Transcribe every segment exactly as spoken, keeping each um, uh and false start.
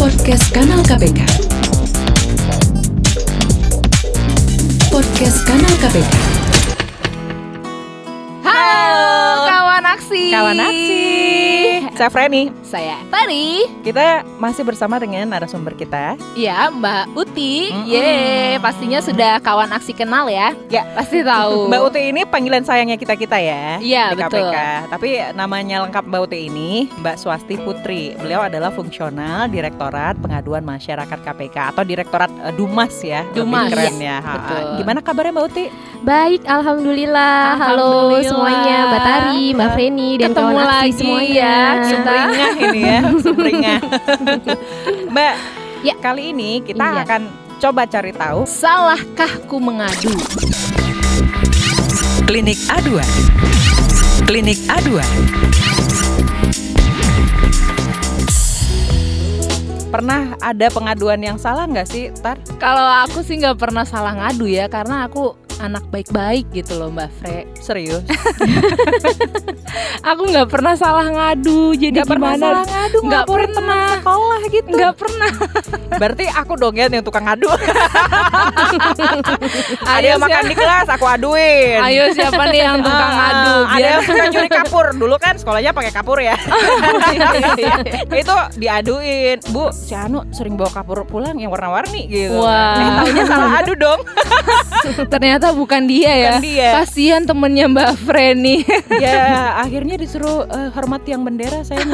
Podcast Kanal K P K. Podcast Kanal K P K. Halo kawan aksi. Kawan aksi. Saya Freni. Saya Tari. Kita masih bersama dengan narasumber kita. Ya, Mbak Uti. Mm-mm. Ye, pastinya sudah kawan aksi kenal ya. Ya, pasti tahu. Mbak Uti ini panggilan sayangnya kita-kita ya. Iya, di betul. K P K. Tapi namanya lengkap Mbak Uti ini Mbak Swasti Putri. Beliau adalah fungsional Direktorat Pengaduan Masyarakat K P K atau Direktorat uh, Dumas ya. Dumas, Lebih keren ya. ya. Ha, Betul. Gimana kabarnya Mbak Uti? Baik, alhamdulillah. Halo Alhamdulillah. semuanya, Mbak Tari, Mbak Freni dan Ketemu kawan aksi lagi semuanya. ya, kita. Sumringah ini ya, sumringah. Mbak, Ya. kali ini kita Iya. akan coba cari tahu Salahkah ku mengadu? Klinik Aduan. Klinik Aduan. pernah ada pengaduan yang salah nggak sih, Tar? Kalau aku sih nggak pernah salah ngadu ya, karena aku anak baik-baik gitu loh Mbak Fre. Serius? Aku nggak pernah salah ngadu, jadi Nggak pernah gimana? salah ngadu, Nggak ngapurin teman pernah. sekolah gitu? Nggak pernah. Berarti aku dong ya yang tukang ngadu. Ada Ayo, yang makan siapa? di kelas, aku aduin. Ayo siapa nih yang tukang Ah, ngadu? Ada Biar yang suka nyuri kapur. Dulu kan sekolahnya pakai kapur ya. Itu diaduin. Bu, si Anu sering bawa kapur pulang yang warna-warni gitu. Wah. Eh, taunya salah adu dong. ternyata bukan dia ya. Bukan dia. Kasihan temennya Mbak Freni. Ya, akhirnya disuruh eh, hormati yang bendera saya.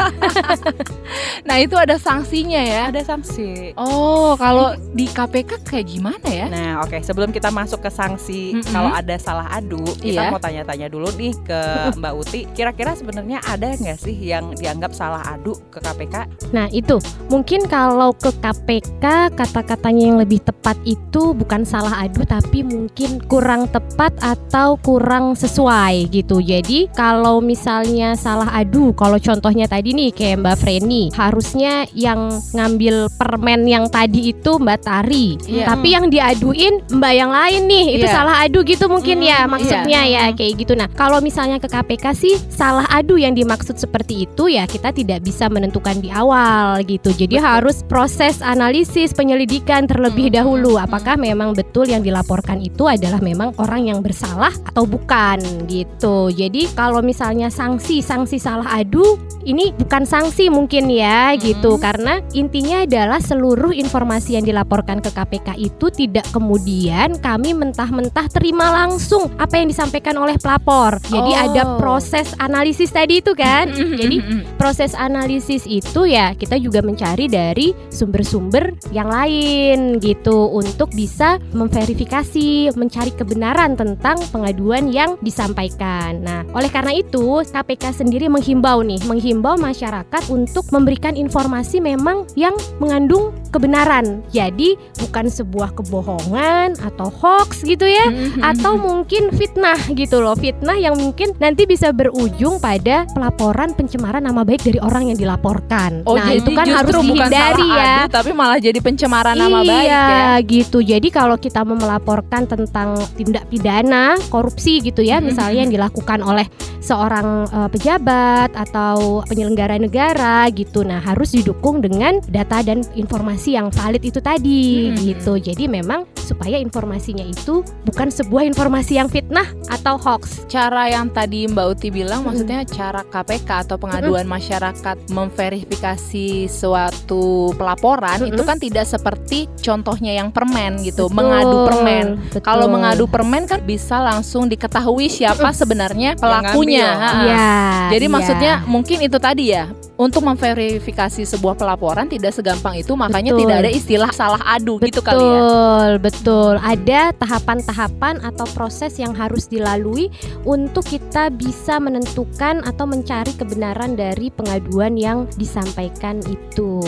Nah itu ada sanksinya ya. Ada sanksi. Oh kalau di K P K kayak gimana ya? Nah, oke, sebelum kita masuk ke sanksi, Mm-mm. kalau ada salah adu, kita Iya. mau tanya-tanya dulu nih ke Mbak Uti. Kira-kira sebenarnya ada nggak sih yang dianggap salah adu ke K P K? Nah itu, mungkin kalau ke K P K kata-katanya yang lebih tepat itu bukan salah adu, tapi mungkin kurang tepat atau kurang sesuai gitu. Jadi kalau misalnya salah adu, kalau contohnya tadi nih kayak Mbak Freni, harusnya yang ngambil permen yang tadi itu Mbak Tari, Iya. tapi yang diaduin Mbak yang lain nih, itu Iya. salah adu gitu mungkin ya Hmm, maksudnya iya. ya kayak gitu. Nah kalau misalnya ke K P K sih salah adu yang dimaksud seperti itu ya kita tidak bisa menentukan di awal gitu. Jadi harus proses analisis penyelidikan terlebih Hmm, dahulu hmm, apakah memang betul yang dilaporkan itu adalah memang orang yang bersalah atau bukan gitu. Jadi kalau misalnya sanksi sanksi salah adu ini bukan sanksi mungkin ya gitu, Hmm. karena intinya adalah seluruh informasi yang dilaporkan ke K P K itu tidak kemudian kami mentah-mentah terima langsung apa yang disampaikan oleh pelapor. Jadi Oh. ada proses analisis tadi itu kan. Jadi proses analisis itu ya kita juga mencari dari sumber-sumber yang lain gitu untuk bisa memverifikasi, mencari kebenaran tentang pengaduan yang disampaikan. Nah, oleh karena itu K P K sendiri menghimbau nih, menghimbau masyarakat untuk memberikan informasi memang yang mengandung kebenaran. Jadi bukan sebuah kebohongan atau hoax gitu ya, atau mungkin fitnah gitu loh. Fitnah yang mungkin nanti bisa berujung pada pelaporan pencemaran nama baik dari orang yang dilaporkan. Oh, nah, jadi itu kan harus justru bukan dihindari salah ya. adu, tapi malah jadi pencemaran nama iya, baik ya. gitu. Jadi kalau kita mau melaporkan tentang tindak pidana korupsi gitu ya, misalnya yang dilakukan oleh seorang uh, pejabat atau penyelenggara negara gitu. Nah, harus didukung dengan data dan informasi yang valid itu tadi Hmm. gitu. Jadi memang supaya informasinya itu bukan sebuah informasi yang fitnah atau hoax. Cara yang tadi Mbak Uti bilang, Mm-mm. maksudnya cara K P K atau pengaduan masyarakat memverifikasi suatu pelaporan Mm-mm. itu kan tidak seperti contohnya yang permen gitu, Betul, mengadu permen. betul. Kalau mengadu permen kan bisa langsung diketahui siapa sebenarnya pelakunya. ngambil. Ha. Iya, Jadi iya. maksudnya mungkin itu tadi ya, untuk memverifikasi sebuah pelaporan tidak segampang itu, makanya Betul. tidak ada istilah salah adu gitu kali ya. Betul, betul. Ada tahapan-tahapan atau proses yang harus dilalui untuk kita bisa menentukan atau mencari kebenaran dari pengaduan yang disampaikan itu,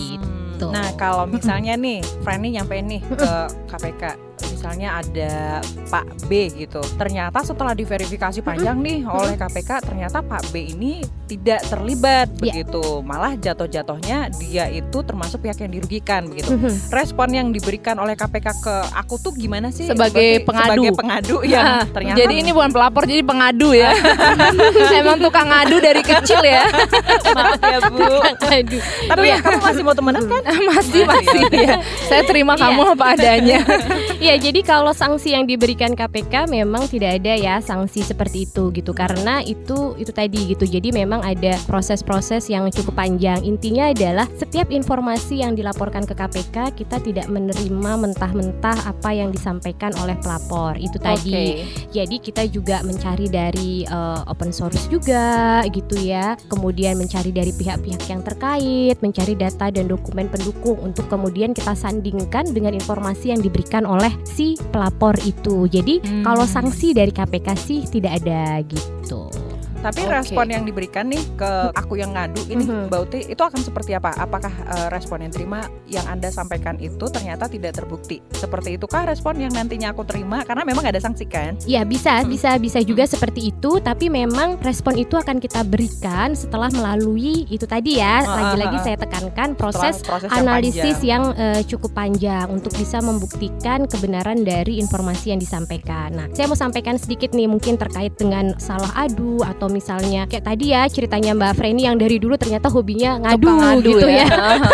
gitu. Nah, kalau misalnya nih, Freni nyampein nih ke K P K, misalnya ada Pak B gitu. Ternyata setelah diverifikasi panjang nih oleh K P K, ternyata Pak B ini tidak terlibat Ya. begitu. Malah jatuh-jatuhnya dia itu termasuk pihak yang dirugikan begitu. Mhm. Respon yang diberikan oleh K P K ke aku tuh gimana sih? Sebagai Berarti pengadu. Sebagai pengadu yang Nah, ternyata jadi ini bukan pelapor, jadi pengadu ya. Emang tukang ngadu dari kecil ya. maaf ya Bu. Aduh. Tapi ya kamu masih mau temenan kan? Masih masih ya. Saya terima kamu apa adanya. Ya, jadi kalau sanksi yang diberikan K P K memang tidak ada ya sanksi seperti itu gitu, karena itu itu tadi gitu. Jadi memang ada proses-proses yang cukup panjang. Intinya adalah setiap informasi yang dilaporkan ke K P K kita tidak menerima mentah-mentah apa yang disampaikan oleh pelapor. Itu tadi. Jadi kita juga mencari dari uh, open source juga gitu ya. Kemudian mencari dari pihak-pihak yang terkait, mencari data dan dokumen pendukung untuk kemudian kita sandingkan dengan informasi yang diberikan oleh si pelapor itu. Jadi Hmm. kalau sanksi dari K P K sih tidak ada gitu. Tapi Oke. respon yang diberikan nih ke aku yang ngadu ini Mhm. Mbak Uti itu akan seperti apa? Apakah eh, respon yang terima yang Anda sampaikan itu ternyata tidak terbukti? Seperti itukah respon yang nantinya aku terima? Karena memang ada sanksi kan? Ya bisa, Hmm. bisa, bisa juga seperti itu. Tapi memang respon itu akan kita berikan setelah melalui itu tadi ya. Ah, Lagi-lagi ah, ah. saya tekankan Setelah proses proses yang analisis panjang. yang eh, cukup panjang untuk bisa membuktikan kebenaran dari informasi yang disampaikan. Nah, saya mau sampaikan sedikit nih mungkin terkait dengan salah adu atau misalnya kayak tadi ya ceritanya Mbak Freni yang dari dulu ternyata hobinya ngadu, Tukang ngadu gitu ya.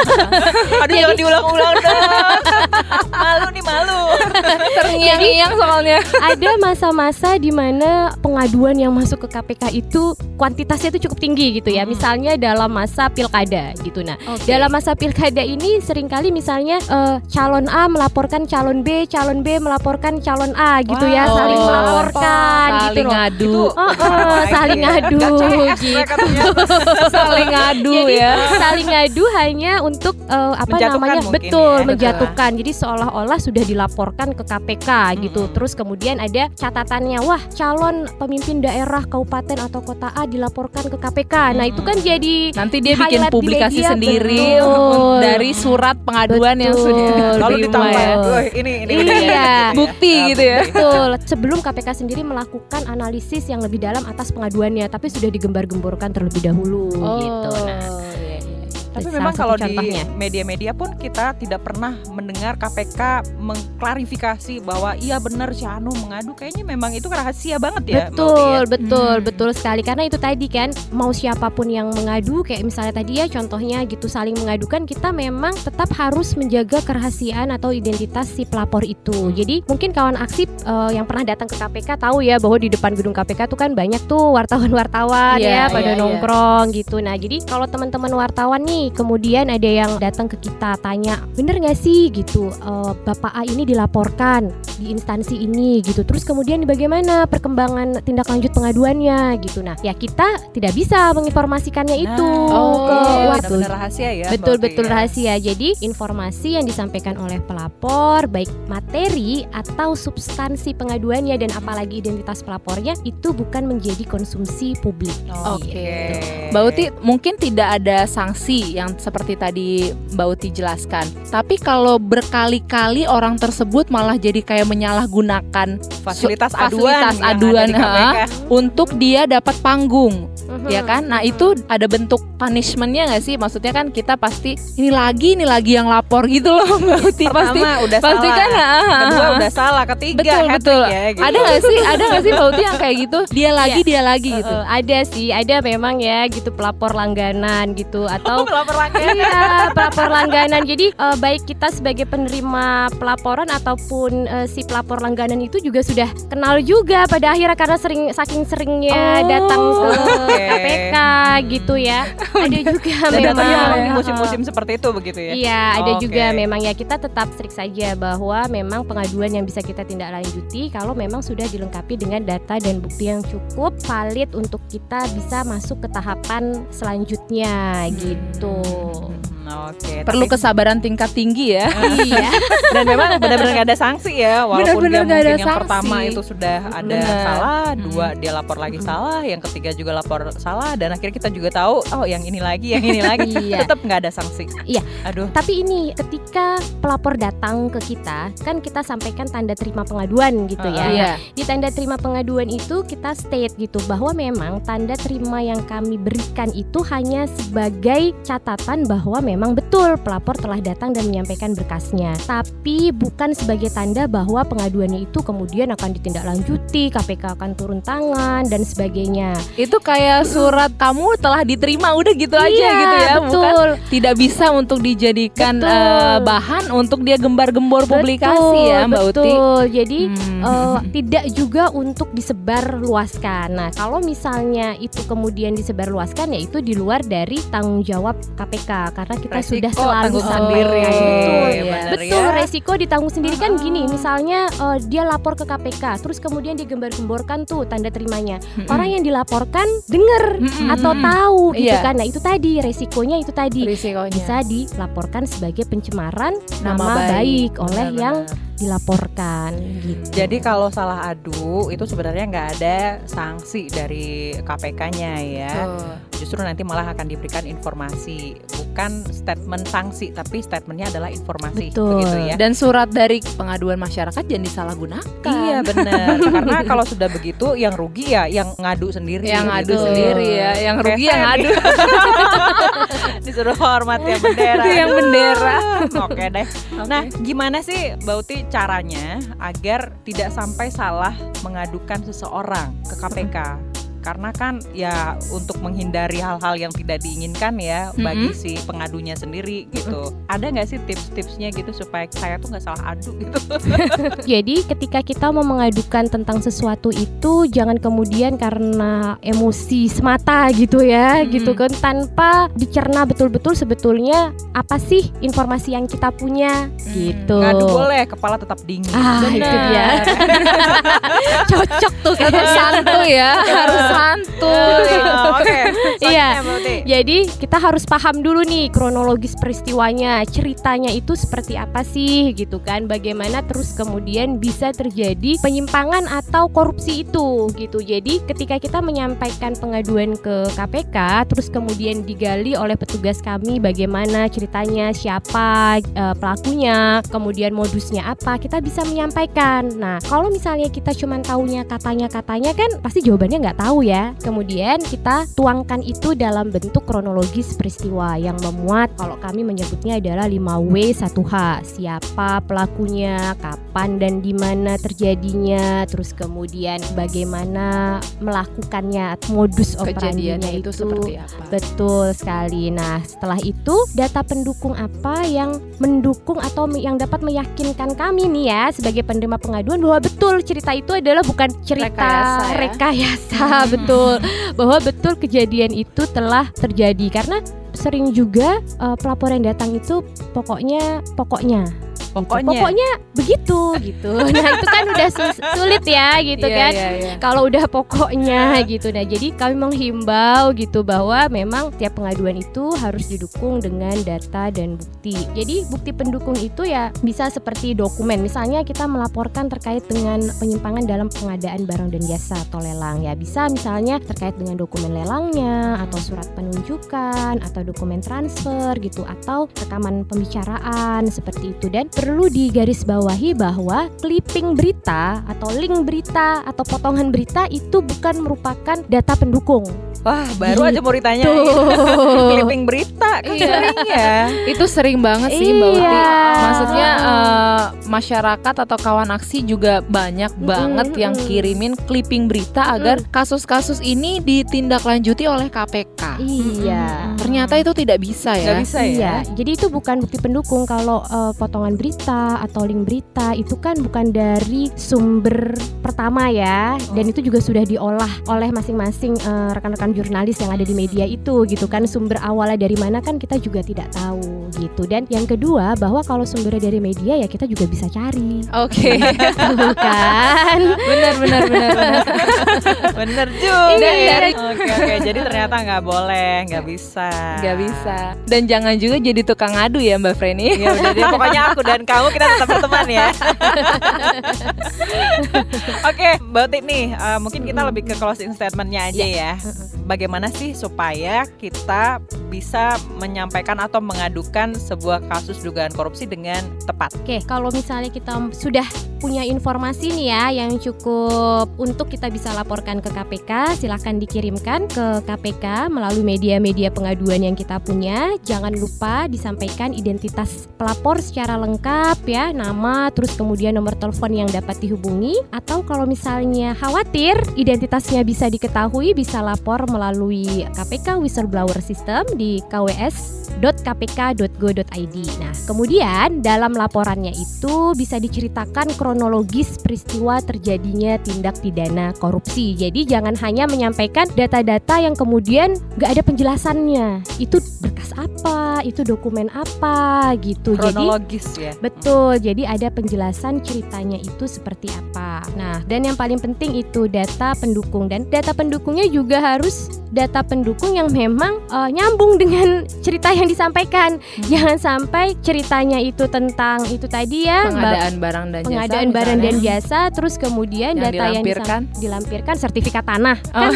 Aduh jangan diulang-ulang dong. Malu nih malu. Terngiang-ngiang soalnya. Ada masa-masa di mana pengaduan yang masuk ke K P K itu kuantitasnya itu cukup tinggi gitu ya. Hmm. Misalnya dalam masa pilkada gitu. Nah, Oke. dalam masa pilkada ini seringkali misalnya eh, calon A melaporkan calon B, calon B melaporkan calon A gitu ya, Wow. saling Oh, melaporkan gitu saling loh. ngadu. Oh, oh, saling ngadu Gak C S gitu. mereka ternyata. Saling ngadu Jadi ya. saling ngadu hanya untuk eh, apa Menjatuhkan namanya mungkin betul ya. menjatuhkan. Jadi seolah-olah sudah dilaporkan ke K P K gitu. Mm-mm. Terus kemudian ada catatannya, wah calon pemimpin daerah kabupaten atau kota A dilaporkan ke K P K. Nah itu kan Mm-mm. jadi Nanti dia bikin highlight di publikasi media, sendiri betul. dari surat pengaduan yang Betul. sudah Lalu diterima ditambah ya. Wah, ini ini Iya. Bukti Nah, gitu ya. bukti. betul. Sebelum K P K sendiri melakukan analisis yang lebih dalam atas pengaduannya, tapi sudah digembar-gemborkan terlebih dahulu gitu. Nah, iya, iya. Tapi salah memang satu kalau di contohnya. media-media pun kita tidak pernah mendengar K P K mengklarifikasi bahwa iya benar si Anu mengadu. Kayaknya memang itu rahasia banget ya. Mbak Uti, Betul, ya? betul, Hmm. betul sekali. Karena itu tadi kan mau siapapun yang mengadu, kayak misalnya tadi ya contohnya gitu saling mengadukan, kita memang tetap harus menjaga kerahasiaan atau identitas si pelapor itu. Jadi mungkin kawan aksi eh, yang pernah datang ke K P K tahu ya bahwa di depan gedung K P K tuh kan banyak tuh wartawan-wartawan Iya, ya pada iya, iya. nongkrong gitu. Nah jadi kalau teman-teman wartawan nih kemudian ada yang datang ke kita tanya, bener nggak sih gitu eh, Bapak A ini dilaporkan di instansi ini gitu. Terus kemudian bagaimana perkembangan tindak lanjut pengaduannya gitu. Nah, ya kita tidak bisa menginformasikannya itu oh, ke iya, warga. benar-benar rahasia ya. Betul Mbak Uti, betul ya. rahasia. Jadi informasi yang disampaikan oleh pelapor baik materi atau substansi pengaduannya dan apalagi identitas pelapornya itu bukan menjadi konsumsi publik. Oke. Mbak Uti, mungkin tidak ada sanksi yang seperti tadi Mbak Uti jelaskan. Tapi kalau berkali-kali orang tersebut malah jadi kayak menyalahgunakan Fasilitas su- aduan fasilitas yang aduan, ada di K P K. ha, untuk dia dapat panggung, Mhm. ya kan? Nah itu ada bentuk punishmentnya nggak sih? Maksudnya kan kita pasti ini lagi, ini lagi yang lapor gitu loh Mbak Uti. Pasti, Pertama udah pasti salah. kan? ha, ha, ha. Kedua udah salah, ketiga Betul hat-trick betul. ya, gitu. Ada nggak sih? Ada nggak sih Mbak Uti yang kayak gitu? Dia lagi, dia lagi Eh, gitu. eh, ada sih, ada memang ya gitu pelapor langganan gitu atau Pelapor langganan. iya, pelapor langganan. Jadi eh, baik kita sebagai penerima pelaporan ataupun eh, si pelapor langganan itu juga sudah kenal juga pada akhirnya karena sering saking seringnya Oh, datang ke oke. K P K gitu ya. Ada juga Dan datangnya memang di memang musim-musim seperti itu begitu ya. Iya, ada Oke. juga memang ya kita tetap strict saja bahwa memang pengaduan yang bisa kita tindak lanjuti kalau memang sudah dilengkapi dengan data dan bukti yang cukup valid untuk kita bisa masuk ke tahapan selanjutnya gitu. Hmm. Oke. Perlu tapi- kesabaran tingkat tinggi ya. Iya. Dan memang benar-benar nggak ada sanksi ya, walaupun Benar-benar dia nggak mungkin ada yang sanksi. pertama itu sudah ada Benar. salah, Mm. dua dia lapor lagi salah, yang ketiga juga lapor salah, dan akhirnya kita juga tahu oh yang ini lagi, yang ini lagi, Iya. tetap nggak ada sanksi. Iya. Aduh. Tapi ini ketika pelapor datang ke kita, kan kita sampaikan tanda terima pengaduan gitu ya. Iya. Di tanda terima pengaduan itu kita state gitu bahwa memang tanda terima yang kami berikan itu hanya sebagai catatan bahwa memang betul pelapor telah datang dan menyampaikan berkasnya. Tapi bukan sebagai tanda bahwa pengaduannya itu kemudian akan ditindaklanjuti, K P K akan turun tangan dan sebagainya. Itu kayak surat kamu telah diterima udah gitu aja Iya, gitu ya. Bukan betul. tidak bisa untuk dijadikan Betul. eh, bahan untuk dia gembar-gembor publikasi Betul, ya Mbak Uti. betul. Jadi Hmm. eh, tidak juga untuk disebar luaskan. Nah, kalau misalnya itu kemudian disebar luaskan, ya itu di luar dari tanggung jawab K P K karena kita Resiko sudah selalu tanggung sampaikan. sendiri. Betul, Iya. Benar betul. ya. Resiko ditanggung sendiri kan gini. Misalnya eh, dia lapor ke K P K, terus kemudian digembar-gemborkan tuh tanda terimanya. Mm-mm. Orang yang dilaporkan denger Mm-mm. atau tahu gitu Iya. kan. Nah, itu tadi resikonya itu tadi Risikonya. bisa dilaporkan sebagai pencemaran Nama nama, baik. baik, oleh Benar-benar. yang dilaporkan gitu. Jadi kalau salah adu itu sebenarnya nggak ada sanksi dari K P K-nya ya. Tuh. Justru nanti malah akan diberikan informasi, bukan statement sanksi, tapi statementnya adalah informasi, Betul. begitu ya. Dan surat dari pengaduan masyarakat jangan disalahgunakan. Iya benar, karena kalau sudah begitu yang rugi ya yang ngadu sendiri. Yang ngadu gitu. sendiri ya, yang rugi yang ngadu. Disuruh hormat ya bendera. Itu yang bendera. Oke deh. Nah, gimana sih Mbak Uti caranya agar tidak sampai salah mengadukan seseorang ke K P K? Karena kan ya untuk menghindari hal-hal yang tidak diinginkan ya bagi si pengadunya sendiri gitu. Ada nggak sih tips-tipsnya gitu supaya saya tuh nggak salah adu gitu? Jadi ketika kita mau mengadukan tentang sesuatu itu jangan kemudian karena emosi semata gitu ya, Mm-mm. gitu kan, tanpa dicerna betul-betul sebetulnya apa sih informasi yang kita punya gitu. Ngadu boleh, kepala tetap dingin. Ah, Benar. itu dia. Cocok tuh Harus kayaknya. santuy ya, harus santuy. Oh, Oke, Iya. selanjutnya Mbak Uti. Jadi kita harus paham dulu nih kronologis peristiwanya, ceritanya itu seperti apa sih gitu kan, bagaimana terus kemudian bisa terjadi penyimpangan atau korupsi itu gitu. Jadi ketika kita menyampaikan pengaduan ke K P K, terus kemudian digali oleh petugas kami bagaimana ceritanya, siapa eh, pelakunya, kemudian modusnya apa, kita bisa menyampaikan. Nah, kalau misalnya kita cuman taunya katanya-katanya kan pasti jawabannya nggak tahu ya. Kemudian kita tuangkan itu dalam bentuk kronologis peristiwa yang memuat, kalau kami menyebutnya adalah lima W satu H. Siapa pelakunya, kapan dan di mana terjadinya, terus kemudian bagaimana melakukannya, modus operandinya Kejadiannya itu, itu seperti apa? Betul sekali. Nah, setelah itu data pendukung apa yang mendukung atau yang dapat meyakinkan kami nih ya sebagai penerima pengaduan bahwa betul cerita itu adalah bukan cerita Rekayasa ya? rekayasa, betul, bahwa betul kejadian itu telah terjadi. Karena sering juga uh, pelapor yang datang itu pokoknya pokoknya Pokoknya. pokoknya begitu gitu. Nah, itu kan udah su- sulit ya gitu Iya, kan. iya, iya. Kalau udah pokoknya gitu. Nah, jadi kami menghimbau gitu bahwa memang tiap pengaduan itu harus didukung dengan data dan bukti. Jadi bukti pendukung itu ya bisa seperti dokumen. Misalnya kita melaporkan terkait dengan penyimpangan dalam pengadaan barang dan jasa atau lelang, ya bisa misalnya terkait dengan dokumen lelangnya atau surat penunjukan atau dokumen transfer gitu atau rekaman pembicaraan seperti itu. Dan perlu digarisbawahi bahwa clipping berita atau link berita atau potongan berita itu bukan merupakan data pendukung. Wah, baru aja mau ditanya Tuh. clipping berita kan Iya. sering ya. Itu sering banget sih Mbak Uti. Iya. Maksudnya eh, masyarakat atau kawan aksi juga banyak banget Mm-mm. yang kirimin clipping berita agar kasus-kasus ini ditindaklanjuti oleh K P K. Iya. Ternyata itu tidak bisa ya. Nggak bisa ya. Iya, jadi itu bukan bukti pendukung. Kalau uh, potongan berita atau link berita itu kan bukan dari sumber pertama ya, dan itu juga sudah diolah oleh masing-masing uh, rekan-rekan jurnalis yang ada di media itu gitu kan. Sumber awalnya dari mana kan kita juga tidak tahu gitu. gitu. Dan yang kedua, bahwa kalau sumbernya dari media ya kita juga bisa cari. Oke. Bukan? Benar benar benar benar. Bener juga. Dan dari- Oke oke. Jadi ternyata nggak boleh, nggak bisa. Nggak bisa. Dan jangan juga jadi tukang adu ya Mbak Freni. Ya udah deh, pokoknya aku dan kamu kita tetap berteman ya. Oke, Mbak Uti nih, uh, mungkin kita lebih ke closing statementnya aja ya. Bagaimana sih supaya kita bisa menyampaikan atau mengadukan sebuah kasus dugaan korupsi dengan tepat? Oke, kalau misalnya kita sudah punya informasi nih ya yang cukup untuk kita bisa laporkan ke K P K, silahkan dikirimkan ke K P K melalui media-media pengaduan yang kita punya. Jangan lupa disampaikan identitas pelapor secara lengkap ya, nama, terus kemudian nomor telepon yang dapat dihubungi. Atau kalau misalnya khawatir identitasnya bisa diketahui, bisa lapor melalui K P K Whistleblower System di k w s dot k p k dot go dot i d. Nah, kemudian dalam laporannya itu bisa diceritakan kronologis peristiwa terjadinya tindak pidana korupsi. Jadi jangan hanya menyampaikan data-data yang kemudian gak ada penjelasannya. Itu berkas apa, itu dokumen apa gitu. Kronologis jadi, ya. Betul. Jadi ada penjelasan ceritanya itu seperti apa. Nah, dan yang paling penting itu data pendukung, dan data pendukungnya juga harus data pendukung yang memang uh, nyambung dengan cerita yang disampaikan. Hmm. Jangan sampai ceritanya itu tentang itu tadi ya, pengadaan barang dan pengadaan jasa, barang dan misalnya. jasa, terus kemudian yang data dilampirkan. yang disam- dilampirkan sertifikat tanah Oh. kan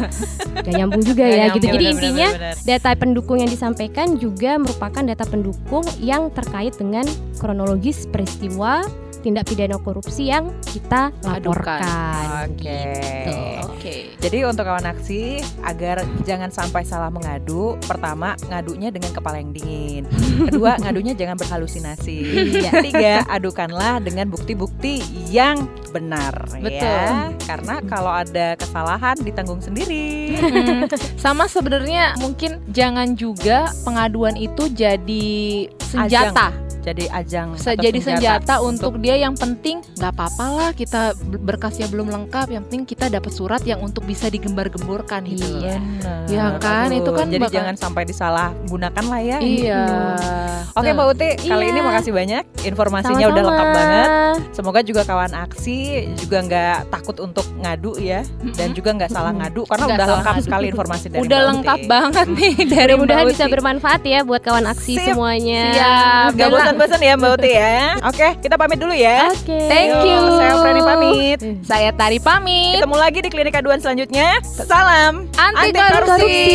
gak nyambung juga ya Gak gitu. nyambung, Jadi bener, intinya bener, bener. data pendukung yang disampaikan juga merupakan data pendukung yang terkait dengan kronologis peristiwa tindak pidana korupsi yang kita laporkan. Oke. Gitu. Oke. Jadi untuk kawan aksi, agar jangan sampai salah mengadu, pertama ngadunya dengan kepala yang dingin. Kedua, ngadunya jangan berhalusinasi. Ketiga, adukanlah dengan bukti-bukti yang benar. Betul. Ya. Karena kalau ada kesalahan ditanggung sendiri. Hmm, sama sebenarnya mungkin jangan juga pengaduan itu jadi senjata. Ajang. Jadi ajang Se- atau jadi senjata untuk dia. Yang penting nggak apa-apa lah kita berkasnya belum lengkap, yang penting kita dapat surat yang untuk bisa digembar-gemborkan gitu. Iya. Benar. Ya kan, Aduh, itu kan jadi bakal- jangan sampai disalahgunakan lah ya. Iya. Oke Mbak Uti, kali Iya. ini makasih banyak, informasinya udah lengkap banget. Semoga juga kawan aksi juga nggak takut untuk ngadu ya, dan juga nggak salah ngadu karena Nggak udah salah lengkap ngadu. sekali informasi dari Udah Mbak lengkap Uti. banget nih dari Mudah-mudahan Mbak bisa Uti. bermanfaat ya buat kawan aksi Sip. semuanya. Siap. Gak bosan-bosan ya Mbak Uti ya. Oke, kita pamit dulu ya. Oke. Thank Yuk, you. Saya Freni pamit. Saya Tari pamit. Ketemu lagi di Klinik Aduan selanjutnya. Salam Anti anti korupsi.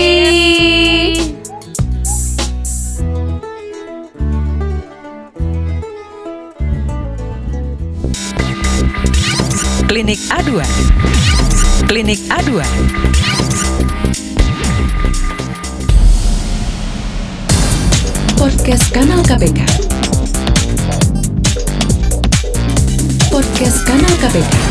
korupsi. Klinik Aduan. Klinik Aduan. Podcast Kanal K P K. Podcast Kanal K P K.